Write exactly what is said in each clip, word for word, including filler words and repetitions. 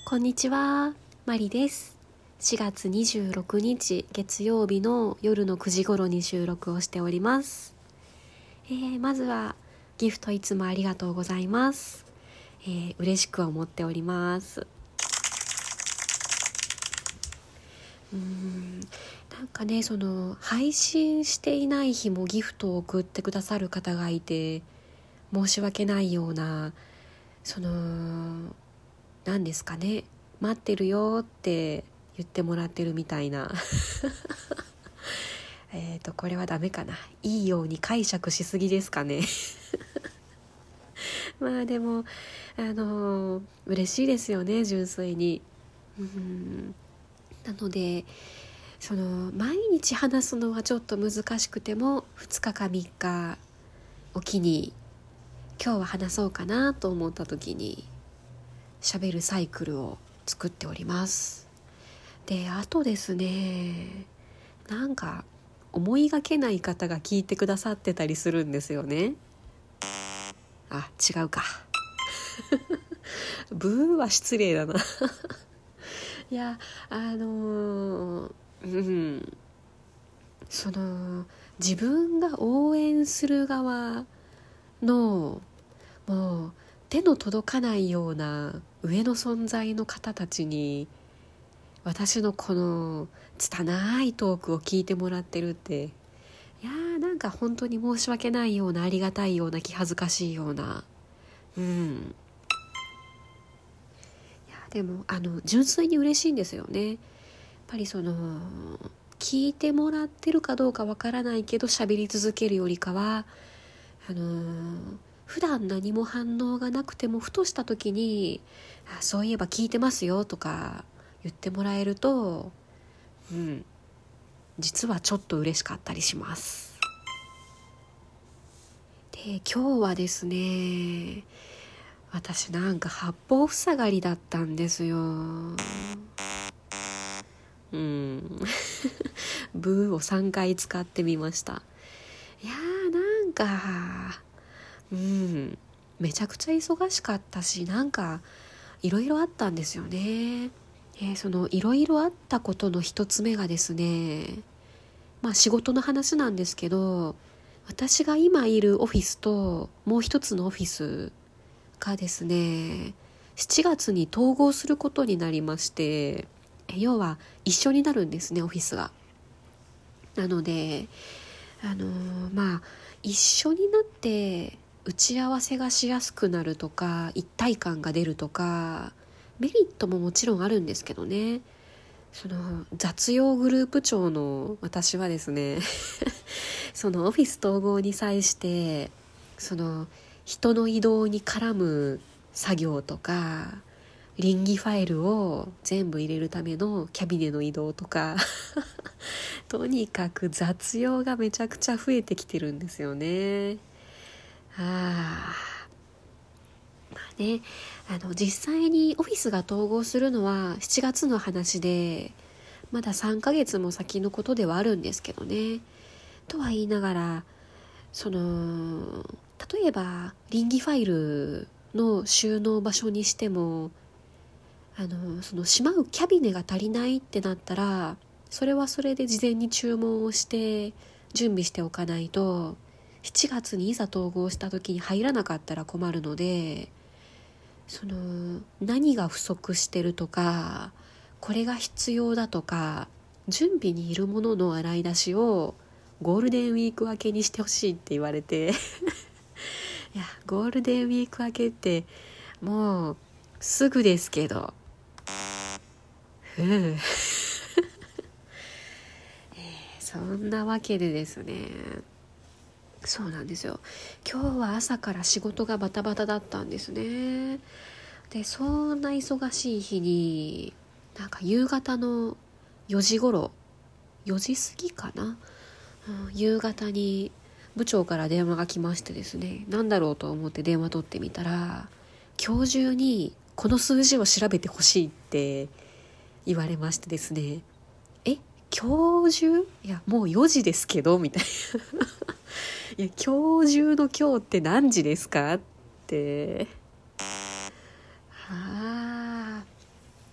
こんにちは、マリです。しがつにじゅうろくにち月曜日の夜のくじ頃に収録をしております。えー、まずはギフトいつもありがとうございます。えー、嬉しく思っております。うーんなんかね、その配信していない日もギフトを送ってくださる方がいて、申し訳ないような、その何ですかね、待ってるよって言ってもらってるみたいなえっとこれはダメかな、いいように解釈しすぎですかねまあでもあの嬉しいですよね、純粋に。うんなのでその毎日話すのはちょっと難しくてもふつかかみっかおきに今日は話そうかなと思った時に喋るサイクルを作っております。で、あとですね、なんか思いがけない方が聞いてくださってたりするんですよね。あ、違うかブーは失礼だないや、あのー、うんその自分が応援する側のもう手の届かないような上の存在の方たちに私のこの拙いトークを聞いてもらってるって、いやーなんか本当に申し訳ないような、ありがたいような、気恥ずかしいような、うんいやでもあの純粋に嬉しいんですよね。やっぱりその聞いてもらってるかどうかわからないけど喋り続けるよりかは、あのー、普段何も反応がなくてもふとした時にあそういえば聞いてますよとか言ってもらえると、うん実はちょっと嬉しかったりします。で、今日はですね、私なんか八方塞がりだったんですよ。うんブーをさんかい使ってみました。いやーなんかうんめちゃくちゃ忙しかったし、なんかいろいろあったんですよね。えー、そのいろいろあったことの一つ目がですね、まあ仕事の話なんですけど、私が今いるオフィスともう一つのオフィスがですね、しちがつに統合することになりまして、要は一緒になるんですね、オフィスが。なのであのー、まあ一緒になって打ち合わせがしやすくなるとか、一体感が出るとかメリットももちろんあるんですけどね、その雑用グループ長の私はですねそのオフィス統合に際してその人の移動に絡む作業とか、臨機ファイルを全部入れるためのキャビネの移動とかとにかく雑用がめちゃくちゃ増えてきてるんですよね。あまあね、あの実際にオフィスが統合するのはしちがつの話で、まださんかげつも先のことではあるんですけどね。とは言いながら、その例えば臨機ファイルの収納場所にしても、あのそのしまうキャビネが足りないってなったら、それはそれで事前に注文をして準備しておかないと、しちがつにいざ統合した時に入らなかったら困るので、その何が不足してるとか、これが必要だとか、準備にいるものの洗い出しをゴールデンウィーク明けにしてほしいって言われていやゴールデンウィーク明けってもうすぐですけど、ふうそんなわけでですね、そうなんですよ。今日は朝から仕事がバタバタだったんですね。で、そんな忙しい日に、なんか夕方のよじ頃、よじ過ぎかな、うん、夕方に部長から電話が来ましてですね、なんだろうと思って電話取ってみたら、今日中にこの数字を調べてほしいって言われましてですね、え今日中、いやもうよじですけどみたいないや今日中の今日って何時ですかって、はあ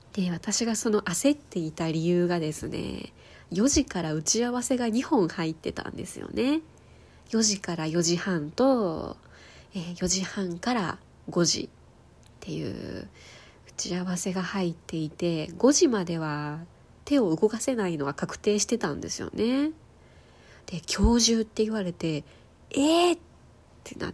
で、私がその焦っていた理由がですね、よじから打ち合わせがにほん入ってたんですよね。よじからよじはんと、えー、よじはんからごじっていう打ち合わせが入っていて、ごじまでは手を動かせないのは確定してたんですよね。で、今日中って言われて、えーってなって、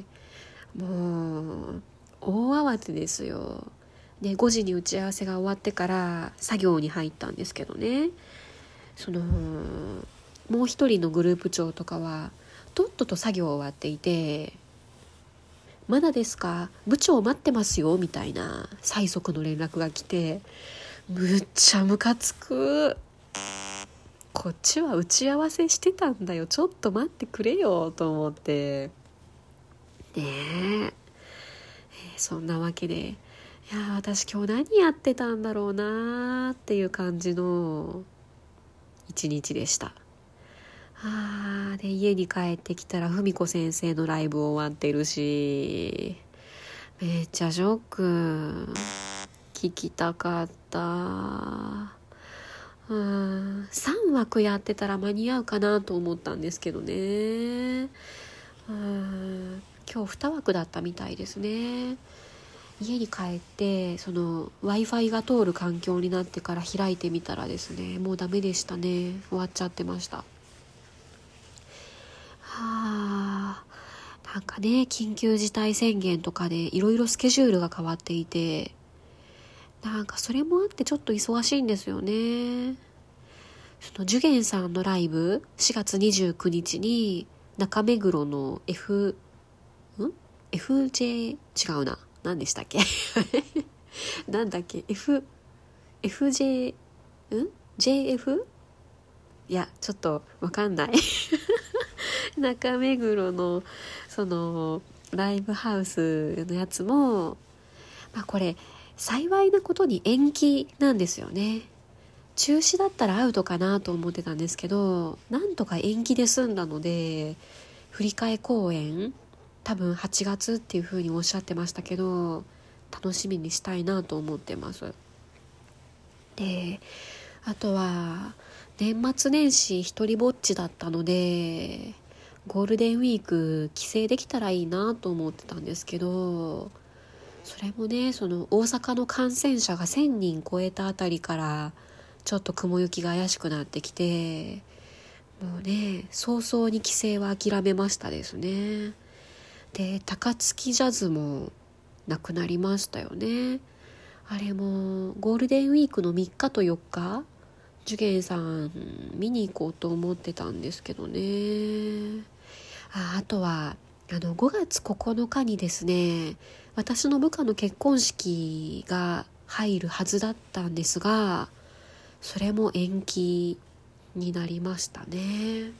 もう大慌てですよ。で、ごじに打ち合わせが終わってから作業に入ったんですけどね、そのもう一人のグループ長とかはとっとと作業終わっていて、まだですか、部長待ってますよみたいな催促の連絡が来て、むっちゃムカつく。こっちは打ち合わせしてたんだよ、ちょっと待ってくれよと思ってねえ。そんなわけで、いや私今日何やってたんだろうなっていう感じの一日でした。あで、家に帰ってきたら文子先生のライブ終わってるし、めっちゃショック。聞きたかった。うんさんわくやってたら間に合うかなと思ったんですけどね。うん今日にわくだったみたいですね。家に帰ってその Wi-Fi が通る環境になってから開いてみたらですね、もうダメでしたね。終わっちゃってました。はあ、なんかね、緊急事態宣言とかでいろいろスケジュールが変わっていて、なんかそれもあってちょっと忙しいんですよね。そのジュゲンさんのライブしがつにじゅうくにちに中目黒の F ん エフジェー 違うな、何でしたっけなんだっけ F FJ ん ジェーエフ いやちょっとわかんない中目黒のそのライブハウスのやつも、まあ、これ幸いなことに延期なんですよね。中止だったらアウトかなと思ってたんですけど、なんとか延期で済んだので、振り替え公演多分はちがつっていう風におっしゃってましたけど、楽しみにしたいなと思ってます。で、あとは年末年始一人ぼっちだったので、ゴールデンウィーク帰省できたらいいなと思ってたんですけど、それもね、その大阪の感染者がせんにん超えたあたりからちょっと雲行きが怪しくなってきて、もうね早々に帰省は諦めましたですね。で、高槻ジャズもなくなりましたよね。あれもゴールデンウィークのみっかとよっか、ジュゲンさん見に行こうと思ってたんですけどね。あ, あとはあのごがつここのかにですね、私の部下の結婚式が入るはずだったんですが、それも延期になりましたね。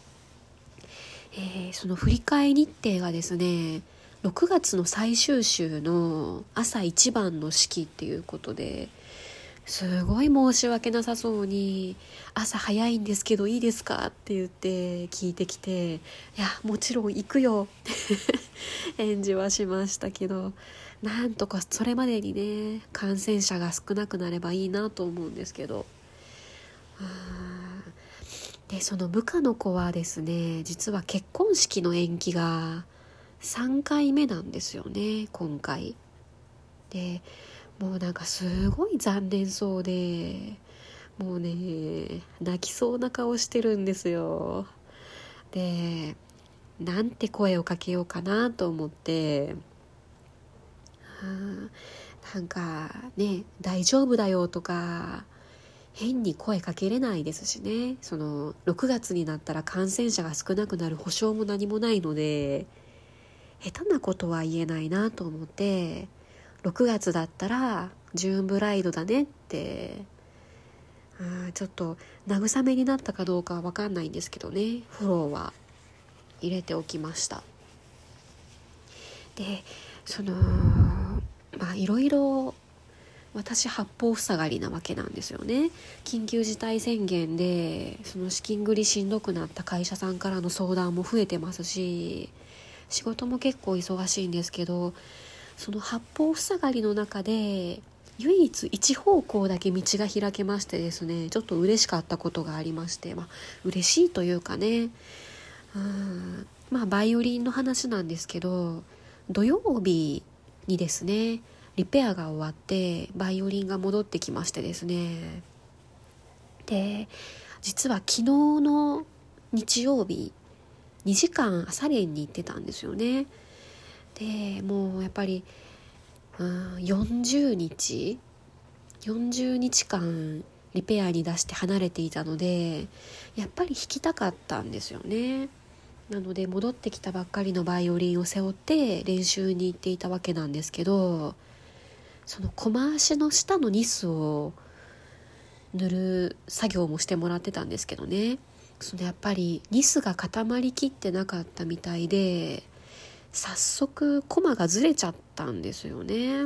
えー、その振り替え日程がですね、ろくがつの最終週の朝一番の式っていうことで、すごい申し訳なさそうに、朝早いんですけどいいですかって言って聞いてきて、いやもちろん行くよって返事はしましたけど、なんとかそれまでにね感染者が少なくなればいいなと思うんですけど、でその部下の子はですね、実は結婚式の延期がさんかいめなんですよね今回で。もうなんかすごい残念そうで、もうね泣きそうな顔してるんですよ。で、なんて声をかけようかなと思って、あなんかね大丈夫だよとか変に声かけれないですしね、そのろくがつになったら感染者が少なくなる保証も何もないので、下手なことは言えないなと思って、ろくがつだったらジューンブライドだねって、あちょっと慰めになったかどうかは分かんないんですけどね、フォローは入れておきました。で、そのまあいろいろ私八方塞がりなわけなんですよね。緊急事態宣言でその資金繰りしんどくなった会社さんからの相談も増えてますし、仕事も結構忙しいんですけど、その八方塞がりの中で唯一一方向だけ道が開けましてですね、ちょっと嬉しかったことがありまして、まあ嬉しいというかね、うん、まあバイオリンの話なんですけど、土曜日にですねリペアが終わってバイオリンが戻ってきましてですね、で実は昨日の日曜日にじかん朝練に行ってたんですよね。でもうやっぱり、うん、よんじゅうにちよんじゅうにちかんリペアに出して離れていたので、やっぱり弾きたかったんですよね。なので戻ってきたばっかりのバイオリンを背負って練習に行っていたわけなんですけど、その駒足の下のニスを塗る作業もしてもらってたんですけどね、そのやっぱりニスが固まりきってなかったみたいで、早速駒がずれちゃったんですよね。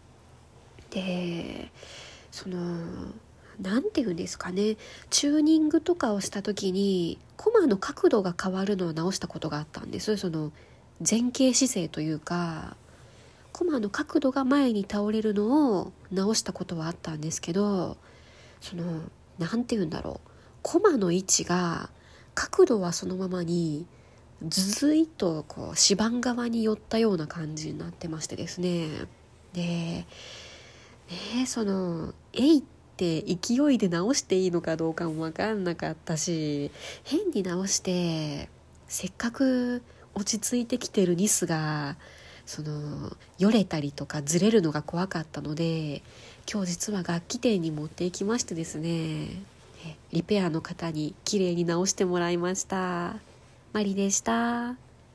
でそのなんていうんですかね、チューニングとかをした時にコマの角度が変わるのを直したことがあったんです。その前傾姿勢というか、コマの角度が前に倒れるのを直したことはあったんですけど、そのなんていうんだろう、コマの位置が角度はそのままにずずいとこう指板側に寄ったような感じになってましてですね。でねそのえいって勢いで直していいのかどうかも分かんなかったし、変に直してせっかく落ち着いてきてるニスがそのよれたりとかずれるのが怖かったので、今日実は楽器店に持っていきましてですね、リペアの方に綺麗に直してもらいました。マリでした。